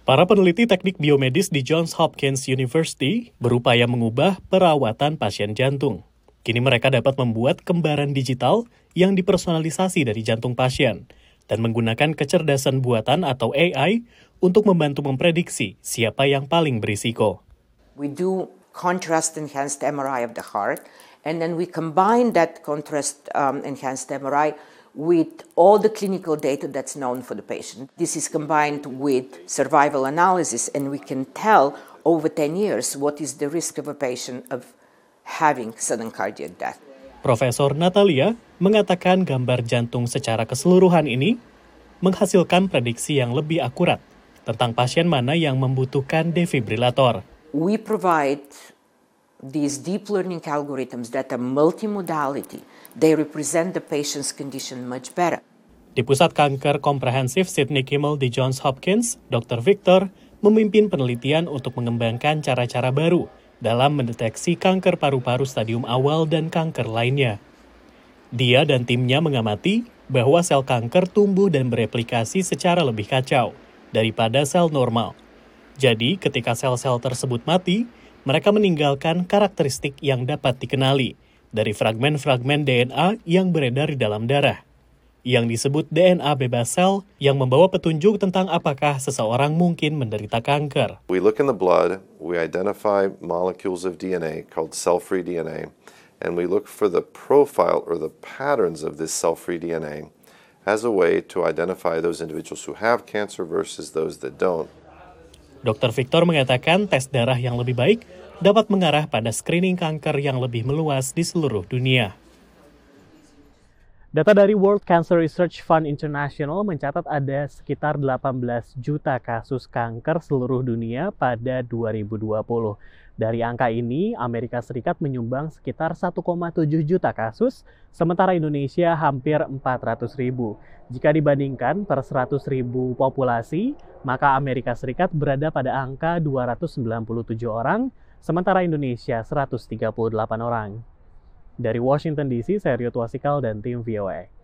Para peneliti teknik biomedis di Johns Hopkins University berupaya mengubah perawatan pasien jantung. Kini mereka dapat membuat kembaran digital yang dipersonalisasi dari jantung pasien dan menggunakan kecerdasan buatan atau AI untuk membantu memprediksi siapa yang paling berisiko. We do contrast-enhanced MRI of the heart, and then we combine that contrast-enhanced MRI with all the clinical data that's known for the patient. This is combined with survival analysis, and we can tell over 10 years what is the risk of a patient of having sudden cardiac death. Profesor Natalia mengatakan gambar jantung secara keseluruhan ini menghasilkan prediksi yang lebih akurat tentang pasien mana yang membutuhkan defibrilator. We provide these deep learning algorithms that are multimodality. They represent the patient's condition much better. Di Pusat Kanker Komprehensif Sidney Kimmel di Johns Hopkins, Dr. Victor memimpin penelitian untuk mengembangkan cara-cara baru dalam mendeteksi kanker paru-paru stadium awal dan kanker lainnya. Dia dan timnya mengamati bahwa sel kanker tumbuh dan bereplikasi secara lebih kacau daripada sel normal. Jadi, ketika sel-sel tersebut mati, mereka meninggalkan karakteristik yang dapat dikenali dari fragmen-fragmen DNA yang beredar di dalam darah, yang disebut DNA bebas sel yang membawa petunjuk tentang apakah seseorang mungkin menderita kanker. We look in the blood, we identify molecules of DNA called cell-free DNA, and we look for the profile or the patterns of this cell-free DNA as a way to identify those individuals who have cancer versus those that don't. Dr. Victor mengatakan tes darah yang lebih baik dapat mengarah pada screening kanker yang lebih meluas di seluruh dunia. Data dari World Cancer Research Fund International mencatat ada sekitar 18 juta kasus kanker seluruh dunia pada 2020. Dari angka ini, Amerika Serikat menyumbang sekitar 1,7 juta kasus, sementara Indonesia hampir 400 ribu. Jika dibandingkan per 100 ribu populasi, maka Amerika Serikat berada pada angka 297 orang, sementara Indonesia 138 orang. Dari Washington DC, saya Rio Twasikal dan tim VOA.